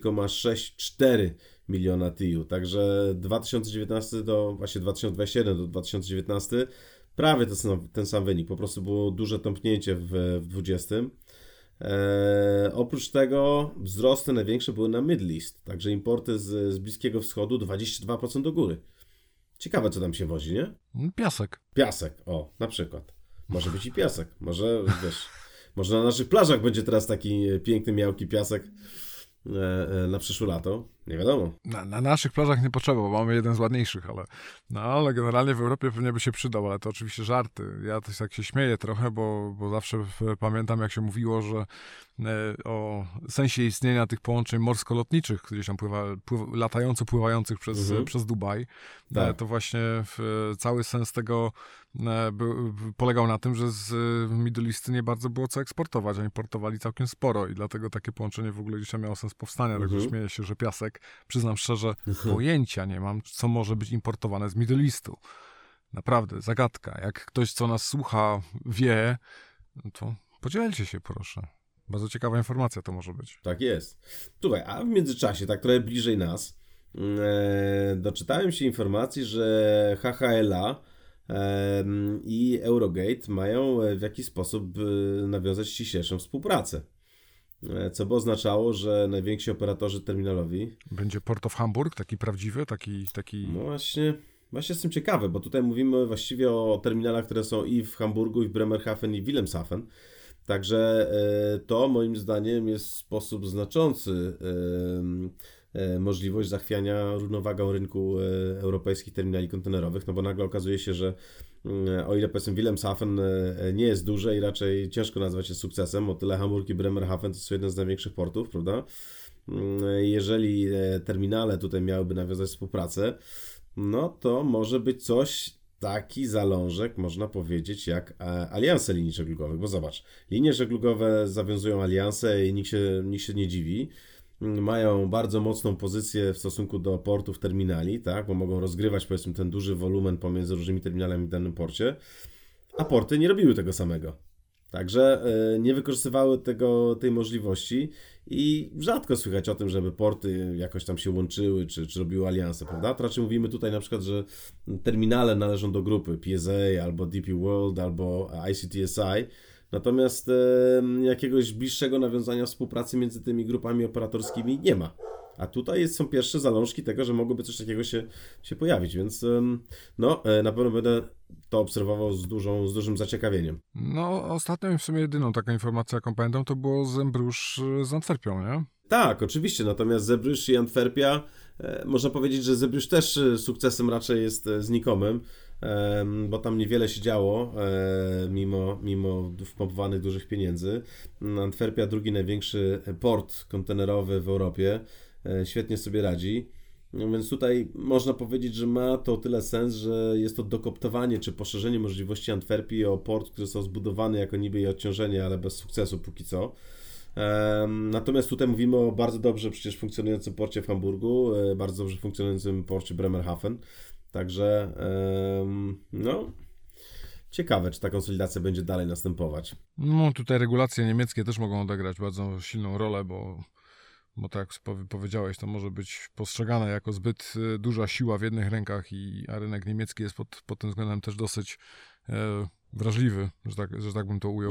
12,64 miliona TU. Także 2019 do właśnie 2021 do 2019 prawie ten sam wynik. Po prostu było duże tąpnięcie w 20. Oprócz tego wzrosty największe były na Middle East, także importy z Bliskiego Wschodu 22% do góry. Ciekawe, co tam się wozi, nie? Piasek. Piasek, o, na przykład. Może być i piasek. Może, wiesz, może na naszych plażach będzie teraz taki piękny, miałki piasek na przyszłe lato. Nie wiadomo. Na naszych plażach nie potrzeba, bo mamy jeden z ładniejszych, ale generalnie w Europie pewnie by się przydał, ale to oczywiście żarty. Ja też tak się śmieję trochę, bo zawsze pamiętam, jak się mówiło, że o sensie istnienia tych połączeń morsko-lotniczych, gdzieś tam latająco pływających przez Dubaj, Tak. to właśnie cały sens tego polegał na tym, że z Middle East nie bardzo było co eksportować, a importowali całkiem sporo i dlatego takie połączenie w ogóle gdzieś tam miało sens powstania, także śmieję się, że piasek, przyznam szczerze, pojęcia nie mam, co może być importowane z Middle Eastu. Naprawdę, zagadka. Jak ktoś, co nas słucha, wie, to podzielcie się, proszę. Bardzo ciekawa informacja to może być. Tak jest. Słuchaj, a w międzyczasie, tak trochę bliżej nas, doczytałem się informacji, że HHLA i Eurogate mają w jakiś sposób nawiązać ściślejszą współpracę. Co by oznaczało, że najwięksi operatorzy terminalowi... Będzie Port of Hamburg, taki prawdziwy, taki... No właśnie jestem ciekawy, bo tutaj mówimy właściwie o terminalach, które są i w Hamburgu, i w Bremerhaven, i w Wilhelmshaven. Także to moim zdaniem jest sposób znaczący możliwość zachwiania równowagą rynku europejskich terminali kontenerowych, no bo nagle okazuje się, że o ile powiedzmy Wilhelmshaven nie jest duże i raczej ciężko nazwać je sukcesem, o tyle Hamburg i Bremerhaven to są jeden z największych portów, prawda? Jeżeli terminale tutaj miałyby nawiązać współpracę, no to może być coś, taki zalążek, można powiedzieć, jak alianse linii żeglugowych, bo zobacz, linie żeglugowe zawiązują alianse i nikt się nie dziwi, mają bardzo mocną pozycję w stosunku do portów, terminali, tak, bo mogą rozgrywać, powiedzmy, ten duży wolumen pomiędzy różnymi terminalami w danym porcie, a porty nie robiły tego samego. Także nie wykorzystywały tej możliwości i rzadko słychać o tym, żeby porty jakoś tam się łączyły, czy robiły alianse, prawda? To raczej mówimy tutaj na przykład, że terminale należą do grupy PSA, albo DP World, albo ICTSI, natomiast jakiegoś bliższego nawiązania współpracy między tymi grupami operatorskimi nie ma. A tutaj są pierwsze zalążki tego, że mogłoby coś takiego się pojawić, więc no, na pewno będę to obserwował z dużym zaciekawieniem. No, ostatnią i w sumie jedyną taką informację, jaką pamiętam, to było Zeebrugge z Antwerpią, nie? Tak, oczywiście, natomiast Zeebrugge i Antwerpia, można powiedzieć, że Zeebrugge też sukcesem raczej jest znikomym, bo tam niewiele się działo, mimo wpompowanych dużych pieniędzy. Antwerpia, drugi największy port kontenerowy w Europie, świetnie sobie radzi. No więc tutaj można powiedzieć, że ma to tyle sens, że jest to dokoptowanie czy poszerzenie możliwości Antwerpii o port, który został zbudowany jako niby jej odciążenie, ale bez sukcesu póki co. Natomiast tutaj mówimy o bardzo dobrze przecież funkcjonującym porcie w Hamburgu, bardzo dobrze funkcjonującym porcie Bremerhaven. Także no, ciekawe, czy ta konsolidacja będzie dalej następować. No tutaj regulacje niemieckie też mogą odegrać bardzo silną rolę, bo tak jak powiedziałeś, to może być postrzegane jako zbyt duża siła w jednych rękach, a rynek niemiecki jest pod tym względem też dosyć wrażliwy, że tak bym to ujął.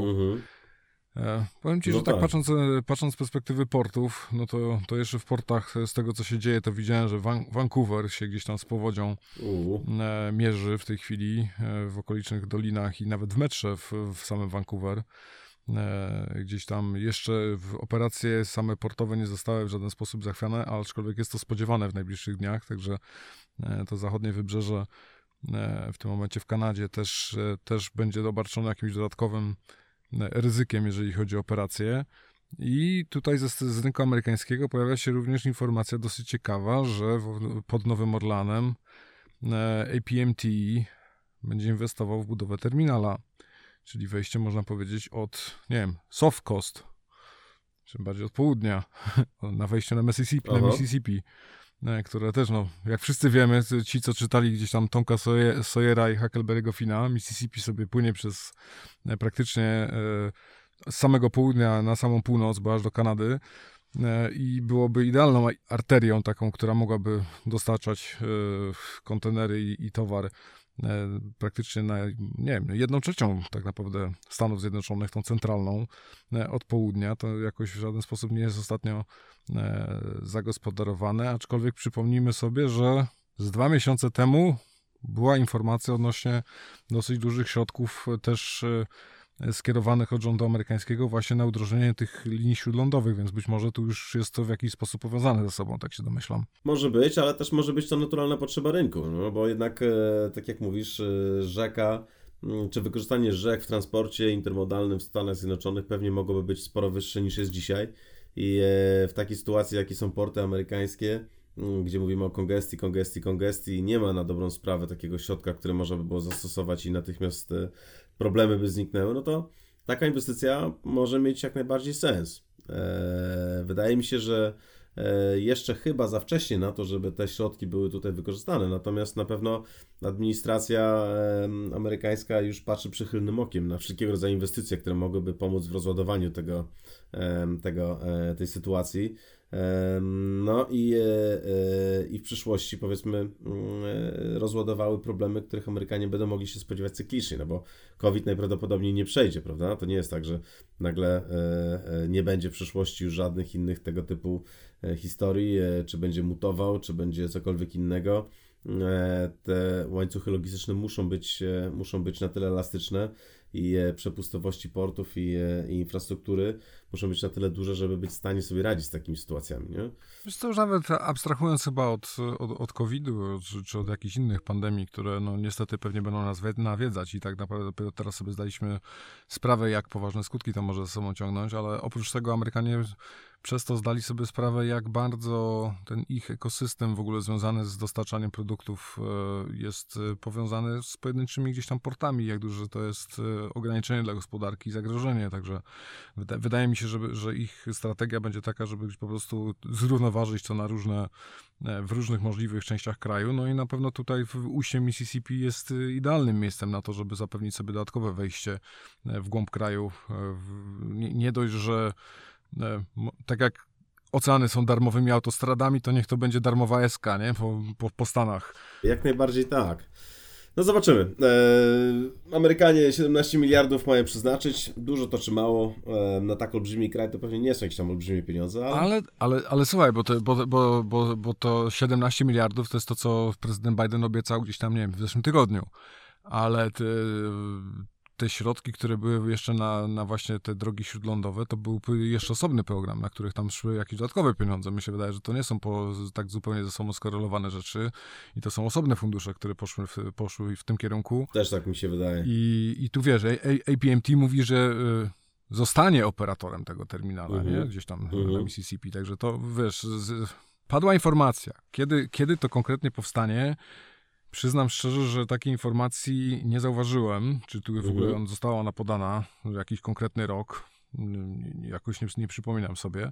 Powiem Ci, że tak patrząc z perspektywy portów, no to jeszcze w portach z tego, co się dzieje, to widziałem, że Vancouver się gdzieś tam z powodzią mierzy w tej chwili w okolicznych dolinach i nawet w metrze w samym Vancouver. Gdzieś tam jeszcze operacje same portowe nie zostały w żaden sposób zachwiane, aczkolwiek jest to spodziewane w najbliższych dniach, także to zachodnie wybrzeże w tym momencie w Kanadzie też będzie obarczone jakimś dodatkowym ryzykiem, jeżeli chodzi o operacje. I tutaj z rynku amerykańskiego pojawia się również informacja dosyć ciekawa, że pod Nowym Orlanem APMT będzie inwestował w budowę terminala. czyli wejście, można powiedzieć, od, nie wiem, soft coast, czy bardziej od południa, na wejście na Mississippi, które też, no, jak wszyscy wiemy, ci, co czytali gdzieś tam Tomka Sawyera i Huckleberry'ego Finna, Mississippi sobie płynie przez praktycznie z samego południa na samą północ, bo aż do Kanady, i byłoby idealną arterią taką, która mogłaby dostarczać kontenery i towar praktycznie na, nie wiem, 1/3 tak naprawdę Stanów Zjednoczonych, tą centralną, od południa. To jakoś w żaden sposób nie jest ostatnio zagospodarowane, aczkolwiek przypomnijmy sobie, że z 2 miesiące temu była informacja odnośnie dosyć dużych środków też skierowanych od rządu amerykańskiego właśnie na udrożnienie tych linii śródlądowych, więc być może tu już jest to w jakiś sposób powiązane ze sobą, tak się domyślam. Może być, ale też może być to naturalna potrzeba rynku, no bo jednak, tak jak mówisz, rzeka, czy wykorzystanie rzek w transporcie intermodalnym w Stanach Zjednoczonych pewnie mogłoby być sporo wyższe niż jest dzisiaj i w takiej sytuacji, jakie są porty amerykańskie, gdzie mówimy o kongestii, nie ma na dobrą sprawę takiego środka, który można by było zastosować i natychmiast problemy by zniknęły, no to taka inwestycja może mieć jak najbardziej sens. Wydaje mi się, że jeszcze chyba za wcześnie na to, żeby te środki były tutaj wykorzystane, natomiast na pewno administracja amerykańska już patrzy przychylnym okiem na wszelkiego rodzaju inwestycje, które mogłyby pomóc w rozładowaniu tej sytuacji. No i w przyszłości, powiedzmy, rozładowały problemy, których Amerykanie będą mogli się spodziewać cyklicznie, no bo COVID najprawdopodobniej nie przejdzie, prawda? To nie jest tak, że nagle nie będzie w przyszłości już żadnych innych tego typu historii, czy będzie mutował, czy będzie cokolwiek innego. Te łańcuchy logistyczne muszą być na tyle elastyczne i przepustowości portów i infrastruktury muszą być na tyle duże, żeby być w stanie sobie radzić z takimi sytuacjami, nie? Wiesz co, już nawet abstrahując chyba od COVID-u, czy od jakichś innych pandemii, które no niestety pewnie będą nas nawiedzać i tak naprawdę dopiero teraz sobie zdaliśmy sprawę, jak poważne skutki to może ze sobą ciągnąć, ale oprócz tego Amerykanie przez to zdali sobie sprawę, jak bardzo ten ich ekosystem w ogóle związany z dostarczaniem produktów jest powiązany z pojedynczymi gdzieś tam portami, jak duże to jest ograniczenie dla gospodarki i zagrożenie, także wydaje mi się, że ich strategia będzie taka, żeby po prostu zrównoważyć to w różnych możliwych częściach kraju, no i na pewno tutaj w ujściu Mississippi jest idealnym miejscem na to, żeby zapewnić sobie dodatkowe wejście w głąb kraju. Nie dość, że tak jak oceany są darmowymi autostradami, to niech to będzie darmowa SK, nie? Po Stanach. Jak najbardziej tak. No zobaczymy. Amerykanie 17 miliardów mają przeznaczyć. Dużo to czy mało. Na tak olbrzymi kraj to pewnie nie są jakieś tam olbrzymie pieniądze. Ale słuchaj, bo to 17 miliardów to jest to, co prezydent Biden obiecał gdzieś tam, nie wiem, w zeszłym tygodniu. Ale te środki, które były jeszcze na właśnie te drogi śródlądowe, to był jeszcze osobny program, na których tam szły jakieś dodatkowe pieniądze. Mi się wydaje, że to nie są tak zupełnie ze sobą skorelowane rzeczy i to są osobne fundusze, które poszły w tym kierunku. Też tak mi się wydaje. I tu wiesz, APMT mówi, że zostanie operatorem tego terminala, nie? Gdzieś tam na Mississippi, także to wiesz, padła informacja. Kiedy to konkretnie powstanie? Przyznam szczerze, że takiej informacji nie zauważyłem, czy tu w ogóle została ona podana, jakiś konkretny rok, jakoś nie przypominam sobie.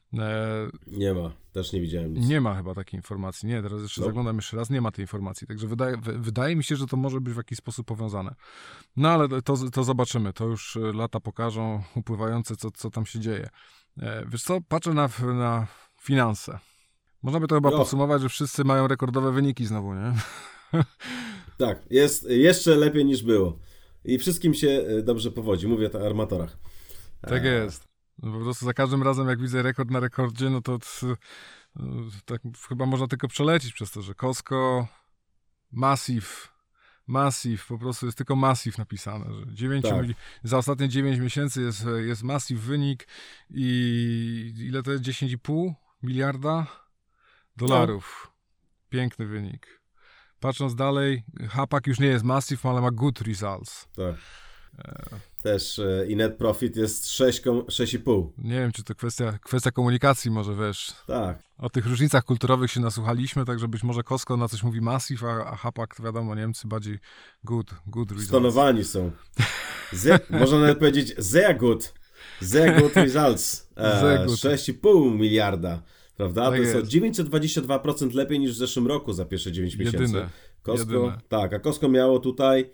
Nie ma, też nie widziałem nic. Nie ma chyba takiej informacji, nie, teraz jeszcze zaglądam jeszcze raz, nie ma tej informacji, także wydaje mi się, że to może być w jakiś sposób powiązane. No ale to zobaczymy, to już lata pokażą upływające, co tam się dzieje. Wiesz co, patrzę na finanse. Można by to chyba podsumować, że wszyscy mają rekordowe wyniki znowu, nie? Tak, jest jeszcze lepiej niż było. I wszystkim się dobrze powodzi. Mówię o armatorach. Tak jest. Po prostu za każdym razem, jak widzę rekord na rekordzie, no to tak chyba można tylko przelecieć przez to, że Costco, Massive, po prostu jest tylko Massive napisane, że za ostatnie 9 miesięcy jest Massive wynik i ile to jest? 10,5 miliarda dolarów. Piękny wynik. Patrząc dalej, Hapak już nie jest Massive, ale ma good results. Tak. Też i net profit jest 6,5. Nie wiem, czy to kwestia komunikacji może, wiesz. Tak. O tych różnicach kulturowych się nasłuchaliśmy, także być może Costco na coś mówi Massive, a Hapak, to wiadomo, Niemcy bardziej good results. Stonowani są. Można nawet powiedzieć sehr good results. Sehr good. 6,5 miliarda, prawda? Tak To jest o jest. 922% lepiej niż w zeszłym roku za pierwsze 9 miesięcy. Jedyne. Tak, a Costco miało tutaj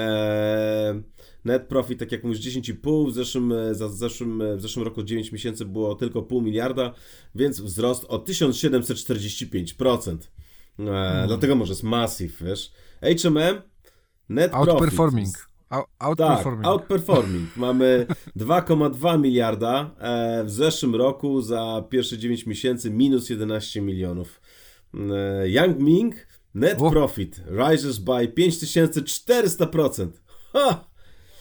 net profit, tak jak mówisz, 10,5, w zeszłym roku 9 miesięcy było tylko pół miliarda, więc wzrost o 1745%. Dlatego może jest massive, wiesz. H&M, net Outperforming. profit. Outperforming. Tak, outperforming. Mamy 2,2 miliarda, w zeszłym roku za pierwsze 9 miesięcy minus 11 milionów. Yang Ming, net profit rises by 5400%. Ha!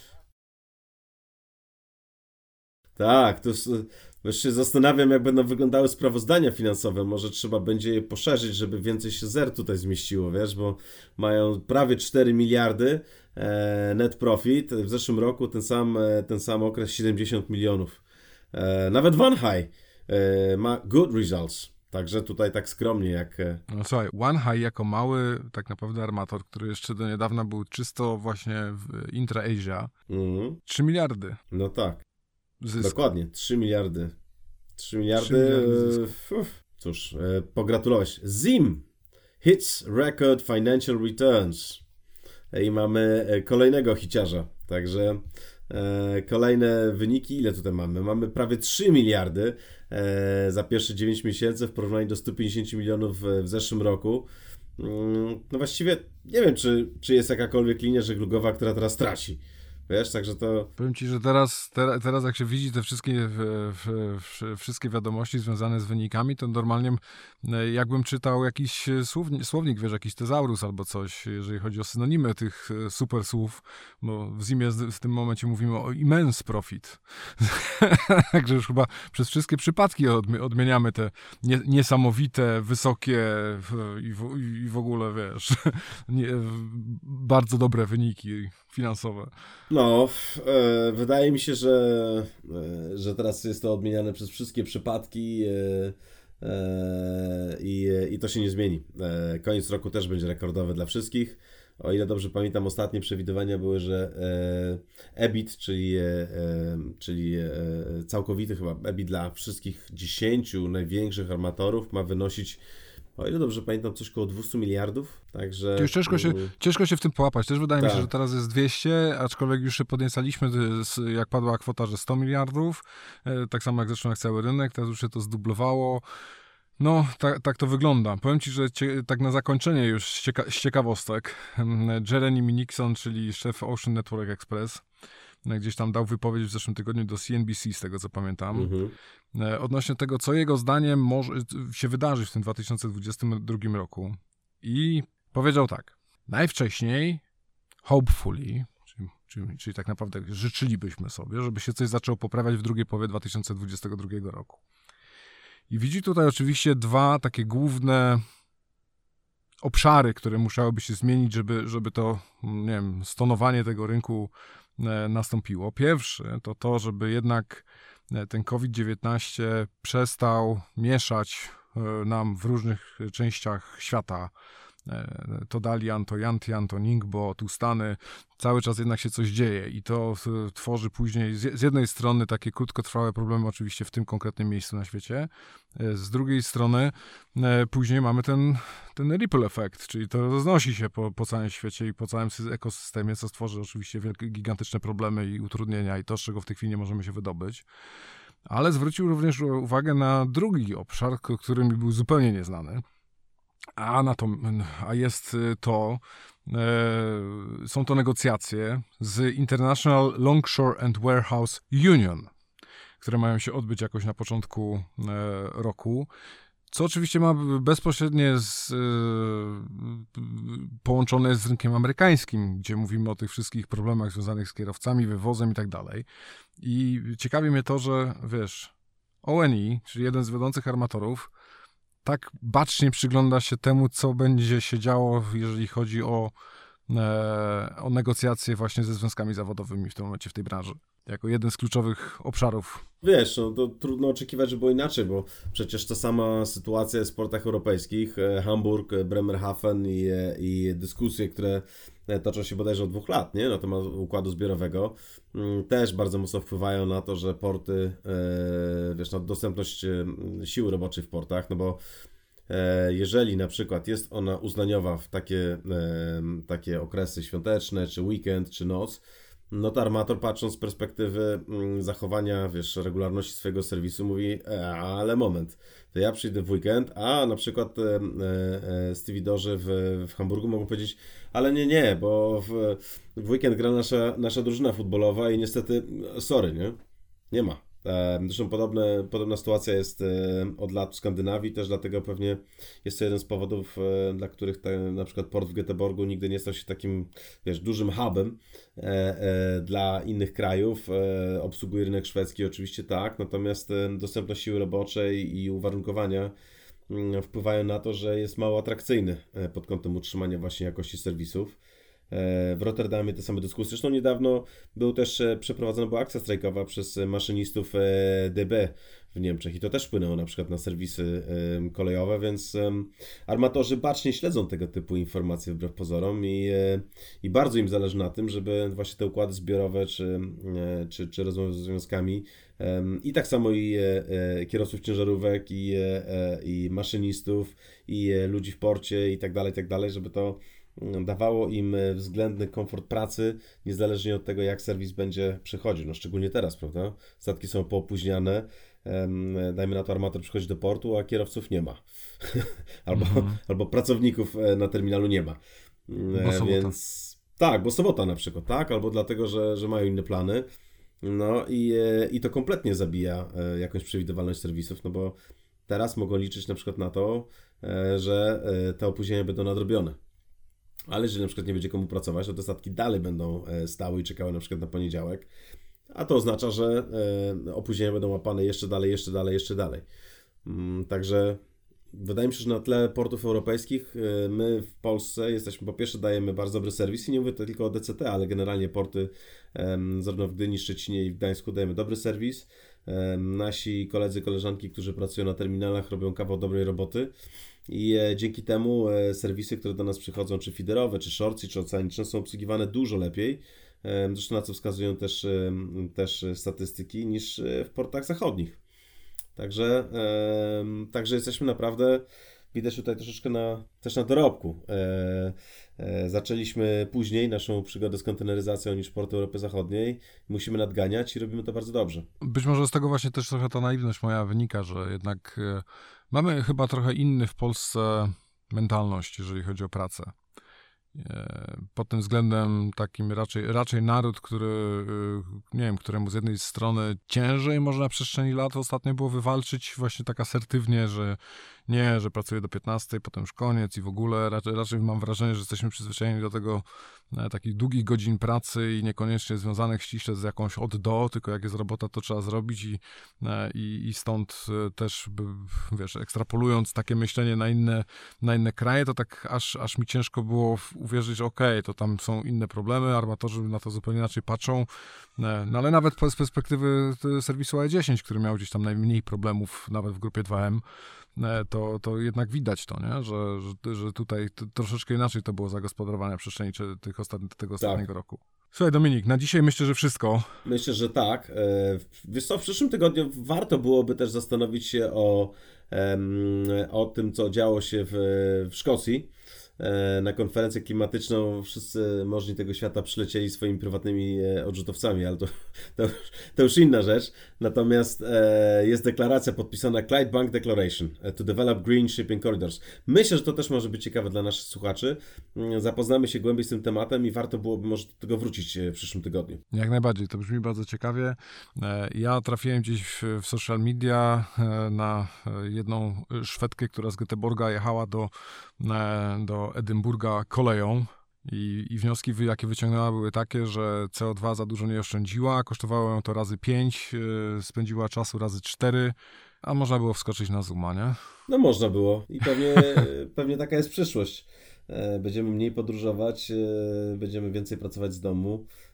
Tak, to jest, już się zastanawiam, jak będą wyglądały sprawozdania finansowe. Może trzeba będzie je poszerzyć, żeby więcej się zer tutaj zmieściło, wiesz, bo mają prawie 4 miliardy net profit. W zeszłym roku ten sam okres 70 milionów. Nawet Van High ma good results. Także tutaj tak skromnie jak... No słuchaj, One High jako mały tak naprawdę armator, który jeszcze do niedawna był czysto właśnie w Intra-Asia, 3 miliardy. No tak. Zysku. Dokładnie, 3 miliardy. 3 miliardy. Cóż, pogratulować. Zim hits record financial returns. I mamy kolejnego hiciarza. Także kolejne wyniki. Ile tutaj mamy? Mamy prawie 3 miliardy za pierwsze 9 miesięcy w porównaniu do 150 milionów w zeszłym roku. No właściwie nie wiem, czy jest jakakolwiek linia żeglugowa, która teraz traci. Wiesz, także to... Powiem ci, że teraz jak się widzi te wszystkie wiadomości związane z wynikami, to normalnie jakbym czytał jakiś słownik, wiesz, jakiś tezaurus albo coś, jeżeli chodzi o synonimy tych super słów, bo w Zimie w tym momencie mówimy o immense profit. Także już chyba przez wszystkie przypadki odmieniamy te niesamowite, wysokie i w ogóle, wiesz, bardzo dobre wyniki finansowe. No, wydaje mi się, że teraz jest to odmieniane przez wszystkie przypadki i to się nie zmieni. Koniec roku też będzie rekordowy dla wszystkich. O ile dobrze pamiętam, ostatnie przewidywania były, że EBIT, czyli całkowity chyba EBIT dla wszystkich 10 największych armatorów ma wynosić, o ile dobrze pamiętam, coś koło 200 miliardów, także... To już ciężko się w tym połapać. Też wydaje mi się, Tak. że teraz jest 200, aczkolwiek już się podniecaliśmy, jak padła kwota, że 100 miliardów, tak samo jak zresztą jak cały rynek, teraz już się to zdublowało. No, tak to wygląda. Powiem ci, że tak na zakończenie już z ciekawostek, Jeremy Nixon, czyli szef Ocean Network Express, gdzieś tam dał wypowiedź w zeszłym tygodniu do CNBC, z tego co pamiętam, odnośnie tego, co jego zdaniem może się wydarzyć w tym 2022 roku. I powiedział tak: najwcześniej, hopefully, czyli tak naprawdę życzylibyśmy sobie, żeby się coś zaczęło poprawiać w drugiej połowie 2022 roku. I widzi tutaj oczywiście dwa takie główne obszary, które musiałyby się zmienić, żeby to, nie wiem, stonowanie tego rynku nastąpiło. Pierwszy to, żeby jednak ten COVID-19 przestał mieszać nam w różnych częściach świata. To Dalian, to Yantian, to Ningbo, tu Stany. Cały czas jednak się coś dzieje i to tworzy później z jednej strony takie krótkotrwałe problemy oczywiście w tym konkretnym miejscu na świecie, z drugiej strony później mamy ten ripple effect, czyli to roznosi się po całym świecie i po całym ekosystemie, co stworzy oczywiście gigantyczne problemy i utrudnienia i to, z czego w tej chwili nie możemy się wydobyć. Ale zwrócił również uwagę na drugi obszar, który mi był zupełnie nieznany. Są to negocjacje z International Longshore and Warehouse Union, które mają się odbyć jakoś na początku roku, co oczywiście ma bezpośrednie połączone z rynkiem amerykańskim, gdzie mówimy o tych wszystkich problemach związanych z kierowcami, wywozem i tak dalej. I ciekawi mnie to, że wiesz, ONE, czyli jeden z wiodących armatorów, tak bacznie przygląda się temu, co będzie się działo, jeżeli chodzi o negocjacje właśnie ze związkami zawodowymi w tym momencie w tej branży. jako jeden z kluczowych obszarów. Wiesz, no to trudno oczekiwać, że było inaczej, bo przecież ta sama sytuacja jest w portach europejskich. Hamburg, Bremerhaven i dyskusje, które toczą się bodajże od 2 lat, nie? Na temat układu zbiorowego, też bardzo mocno wpływają na to, że porty, wiesz, na dostępność siły roboczej w portach, no bo jeżeli na przykład jest ona uznaniowa w takie okresy świąteczne, czy weekend, czy noc, no to armator, patrząc z perspektywy zachowania, wiesz, regularności swojego serwisu, mówi, ale moment, to ja przyjdę w weekend, a na przykład stevedorzy w Hamburgu mogą powiedzieć, ale nie, bo w weekend gra nasza drużyna futbolowa i niestety, sorry, nie ma. Zresztą podobna sytuacja jest od lat w Skandynawii, też dlatego pewnie jest to jeden z powodów, dla których na przykład port w Göteborgu nigdy nie stał się takim, wiesz, dużym hubem dla innych krajów. Obsługuje rynek szwedzki oczywiście tak, natomiast dostępność siły roboczej i uwarunkowania wpływają na to, że jest mało atrakcyjny pod kątem utrzymania właśnie jakości serwisów. W Rotterdamie te same dyskusje. Zresztą niedawno przeprowadzona była akcja strajkowa przez maszynistów DB w Niemczech i to też wpłynęło na przykład na serwisy kolejowe, więc armatorzy bacznie śledzą tego typu informacje wbrew pozorom i bardzo im zależy na tym, żeby właśnie te układy zbiorowe czy rozmowy ze związkami i tak samo i kierowców ciężarówek i maszynistów i ludzi w porcie i tak dalej, żeby to dawało im względny komfort pracy, niezależnie od tego, jak serwis będzie przechodził. No szczególnie teraz, prawda? Statki są poopóźniane, dajmy na to, armator przychodzi do portu, a kierowców nie ma. albo pracowników na terminalu nie ma. Więc tak, bo sobota na przykład, tak? Albo dlatego, że mają inne plany. No i to kompletnie zabija jakąś przewidywalność serwisów, no bo teraz mogą liczyć na przykład na to, że te opóźnienia będą nadrobione. Ale jeżeli na przykład nie będzie komu pracować, to te statki dalej będą stały i czekały na przykład na poniedziałek, a to oznacza, że opóźnienia będą łapane jeszcze dalej. Także wydaje mi się, że na tle portów europejskich my w Polsce jesteśmy, po pierwsze dajemy bardzo dobry serwis i nie mówię to tylko o DCT, ale generalnie porty zarówno w Gdyni, Szczecinie i w Gdańsku dajemy dobry serwis. Nasi koledzy, koleżanki, którzy pracują na terminalach, robią kawał dobrej roboty i dzięki temu serwisy, które do nas przychodzą, czy feederowe, czy shortsi, czy oceaniczne, są obsługiwane dużo lepiej, zresztą na co wskazują też statystyki, niż w portach zachodnich. Także jesteśmy naprawdę, widać tutaj troszeczkę też na dorobku. Zaczęliśmy później naszą przygodę z konteneryzacją niż porty Europy Zachodniej. Musimy nadganiać i robimy to bardzo dobrze. Być może z tego właśnie też trochę ta naiwność moja wynika, że jednak mamy chyba trochę inny w Polsce mentalność, jeżeli chodzi o pracę. Pod tym względem takim raczej naród, który, nie wiem, któremu z jednej strony ciężej może na przestrzeni lat ostatnio było wywalczyć właśnie tak asertywnie, że nie, że pracuję do 15, potem już koniec i w ogóle raczej mam wrażenie, że jesteśmy przyzwyczajeni do tego takich długich godzin pracy i niekoniecznie związanych ściśle z jakąś od do, tylko jak jest robota, to trzeba zrobić i stąd też, wiesz, ekstrapolując takie myślenie na inne kraje, to tak aż mi ciężko było uwierzyć, że okej, to tam są inne problemy, armatorzy na to zupełnie inaczej patrzą, no ale nawet z perspektywy serwisu A10, który miał gdzieś tam najmniej problemów, nawet w grupie 2M, to jednak widać to, nie? Że tutaj troszeczkę inaczej to było zagospodarowane przestrzeni tego ostatniego roku. Słuchaj, Dominik, na dzisiaj myślę, że wszystko. Myślę, że tak. Wiesz co, w przyszłym tygodniu warto byłoby też zastanowić się o tym, co działo się w Szkocji. Na konferencję klimatyczną wszyscy możni tego świata przylecieli swoimi prywatnymi odrzutowcami, ale to już inna rzecz. Natomiast jest deklaracja podpisana Clydebank Declaration to develop green shipping corridors. Myślę, że to też może być ciekawe dla naszych słuchaczy. Zapoznamy się głębiej z tym tematem i warto byłoby może do tego wrócić w przyszłym tygodniu. Jak najbardziej, to brzmi bardzo ciekawie. Ja trafiłem gdzieś w social media na jedną Szwedkę, która z Göteborga jechała do Edynburga koleją i wnioski, jakie wyciągnęła, były takie, że CO2 za dużo nie oszczędziła, kosztowało ją to razy 5, spędziła czasu razy 4, a można było wskoczyć na Zooma, nie? No można było i pewnie taka jest przyszłość. Będziemy mniej podróżować, będziemy więcej pracować z domu.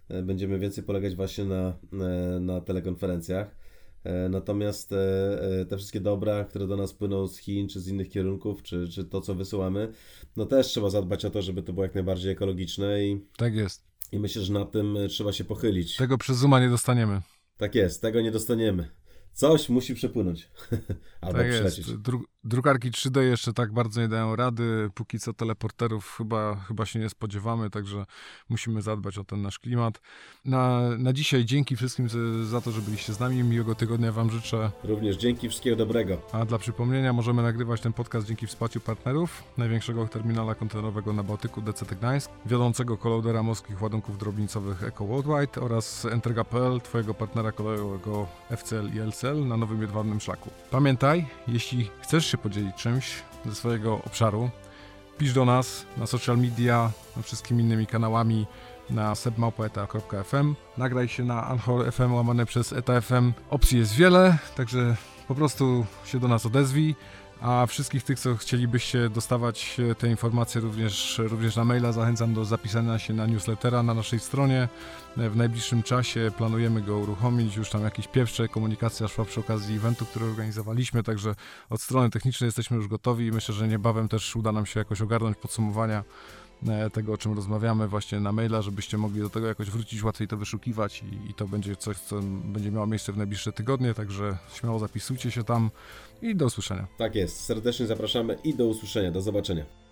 będziemy więcej polegać właśnie na telekonferencjach. Natomiast te wszystkie dobra, które do nas płyną z Chin, czy z innych kierunków, czy to, co wysyłamy, no też trzeba zadbać o to, żeby to było jak najbardziej ekologiczne Tak jest. i myślę, że nad tym trzeba się pochylić. Tego przez Zooma nie dostaniemy. Tak jest, tego nie dostaniemy. Coś musi przepłynąć. Albo Tak przylecieć. jest. Drukarki 3D jeszcze tak bardzo nie dają rady. Póki co teleporterów chyba się nie spodziewamy, także musimy zadbać o ten nasz klimat. Na dzisiaj dzięki wszystkim za to, że byliście z nami. Miłego tygodnia Wam życzę. Również dzięki, wszystkiego dobrego. A dla przypomnienia możemy nagrywać ten podcast dzięki wsparciu partnerów, największego terminala kontenerowego na Bałtyku DCT Gdańsk, wiodącego kolodera morskich ładunków drobnicowych Eco Worldwide oraz Entrega.pl, Twojego partnera kolejowego FCL i LCL na Nowym Jedwabnym Szlaku. Pamiętaj, jeśli chcesz się podzielić czymś ze swojego obszaru, pisz do nas na social media, na wszystkimi innymi kanałami, na sebmałpa.eta.fm. Nagraj się na Anchor FM łamane przez ETA.fm. Opcji jest wiele, także po prostu się do nas odezwij. A wszystkich tych, co chcielibyście dostawać te informacje również na maila, zachęcam do zapisania się na newslettera na naszej stronie. W najbliższym czasie planujemy go uruchomić, już tam jakieś pierwsze komunikacje szła przy okazji eventu, który organizowaliśmy, także od strony technicznej jesteśmy już gotowi i myślę, że niebawem też uda nam się jakoś ogarnąć podsumowania tego, o czym rozmawiamy właśnie na maila, żebyście mogli do tego jakoś wrócić, łatwiej to wyszukiwać i to będzie coś, co będzie miało miejsce w najbliższe tygodnie, także śmiało zapisujcie się tam i do usłyszenia. Tak jest, serdecznie zapraszamy i do usłyszenia, do zobaczenia.